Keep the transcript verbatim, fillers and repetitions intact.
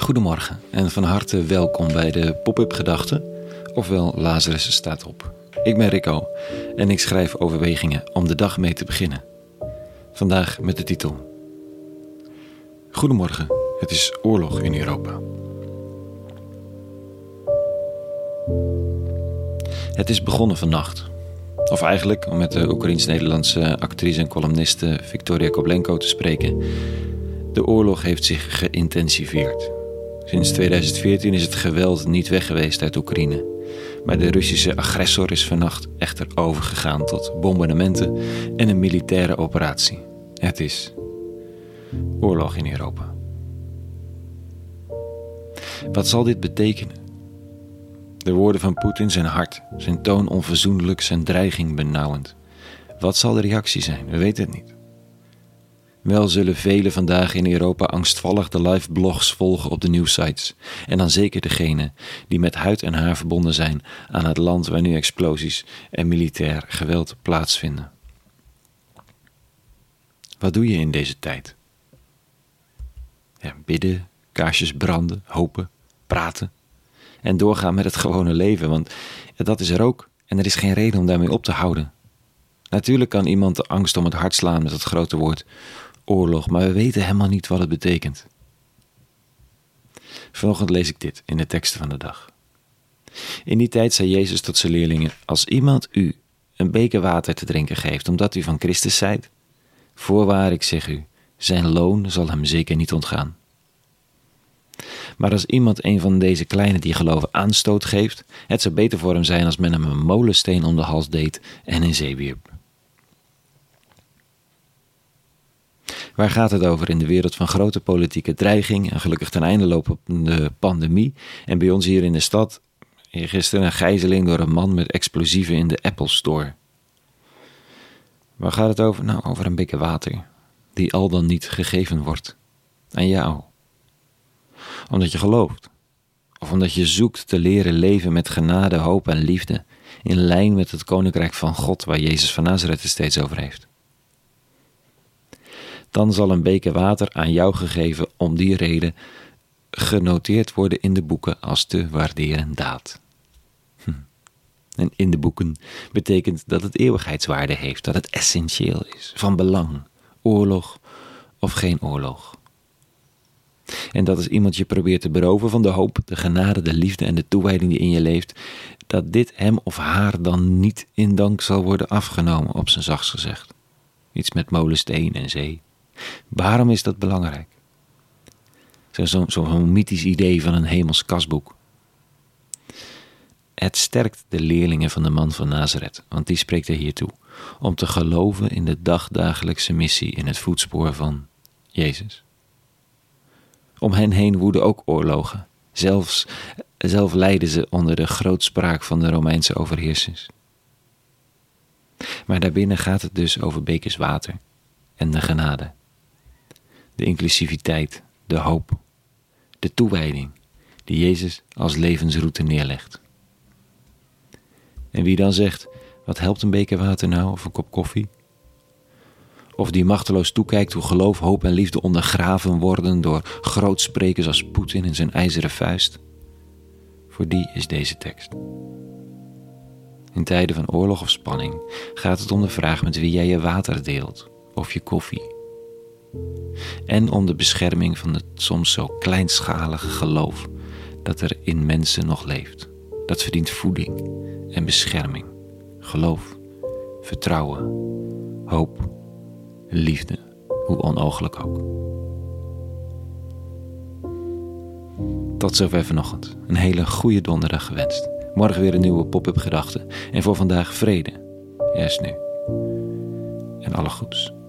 Goedemorgen en van harte welkom bij de Pop-up Gedachten, ofwel Lazarus staat op. Ik ben Rico en ik schrijf overwegingen om de dag mee te beginnen. Vandaag met de titel: Goedemorgen, het is oorlog in Europa. Het is begonnen vannacht. Of eigenlijk, om met de Oekraïens-Nederlandse actrice en columniste Victoria Koblenko te spreken, de oorlog heeft zich geïntensiveerd. Sinds tweeduizend veertien is het geweld niet weg geweest uit Oekraïne. Maar de Russische agressor is vannacht echter overgegaan tot bombardementen en een militaire operatie. Het is oorlog in Europa. Wat zal dit betekenen? De woorden van Poetin zijn hard, zijn toon onverzoenlijk, zijn dreiging benauwend. Wat zal de reactie zijn? We weten het niet. Wel zullen velen vandaag in Europa angstvallig de live blogs volgen op de nieuwsites. En dan zeker degenen die met huid en haar verbonden zijn aan het land waar nu explosies en militair geweld plaatsvinden. Wat doe je in deze tijd? Ja, bidden, kaarsjes branden, hopen, praten en doorgaan met het gewone leven, want ja, dat is er ook en er is geen reden om daarmee op te houden. Natuurlijk kan iemand de angst om het hart slaan met het grote woord oorlog, maar we weten helemaal niet wat het betekent. Vanochtend lees ik dit in de teksten van de dag. In die tijd zei Jezus tot zijn leerlingen: als iemand u een beker water te drinken geeft, omdat u van Christus zijt, voorwaar ik zeg u, zijn loon zal hem zeker niet ontgaan. Maar als iemand een van deze kleine die geloven aanstoot geeft, het zou beter voor hem zijn als men hem een molensteen om de hals deed en in zee wierp. Waar gaat het over in de wereld van grote politieke dreiging en gelukkig ten einde lopende pandemie en bij ons hier in de stad gisteren een gijzeling door een man met explosieven in de Apple Store? Waar gaat het over? Nou, over een beker water die al dan niet gegeven wordt aan jou. Omdat je gelooft. Of omdat je zoekt te leren leven met genade, hoop en liefde in lijn met het koninkrijk van God waar Jezus van Nazareth het steeds over heeft. Dan zal een beker water aan jou gegeven om die reden genoteerd worden in de boeken als te waarderen daad. Hm. En in de boeken betekent dat het eeuwigheidswaarde heeft, dat het essentieel is, van belang, oorlog of geen oorlog. En dat als iemand je probeert te beroven van de hoop, de genade, de liefde en de toewijding die in je leeft, dat dit hem of haar dan niet in dank zal worden afgenomen, op zijn zachtst gezegd. Iets met molensteen en zee. Waarom is dat belangrijk? Zo'n zo, zo, zo mythisch idee van een hemels kasboek. Het sterkt de leerlingen van de man van Nazareth, want die spreekt er hier toe, om te geloven in de dagdagelijkse missie in het voetspoor van Jezus. Om hen heen woeden ook oorlogen. Zelfs, zelf lijden ze onder de grootspraak van de Romeinse overheersers. Maar daarbinnen gaat het dus over bekers water en de genade. De inclusiviteit, de hoop, de toewijding die Jezus als levensroute neerlegt. En wie dan zegt, wat helpt een beker water nou of een kop koffie? Of die machteloos toekijkt hoe geloof, hoop en liefde ondergraven worden door grootsprekers als Poetin en zijn ijzeren vuist. Voor die is deze tekst. In tijden van oorlog of spanning gaat het om de vraag met wie jij je water deelt of je koffie. En om de bescherming van het soms zo kleinschalige geloof dat er in mensen nog leeft. Dat verdient voeding en bescherming, geloof, vertrouwen, hoop, liefde, hoe onooglijk ook. Tot zover vanochtend. Een hele goede donderdag gewenst. Morgen weer een nieuwe pop-up gedachte. En voor vandaag vrede. Juist nu. En alle goeds.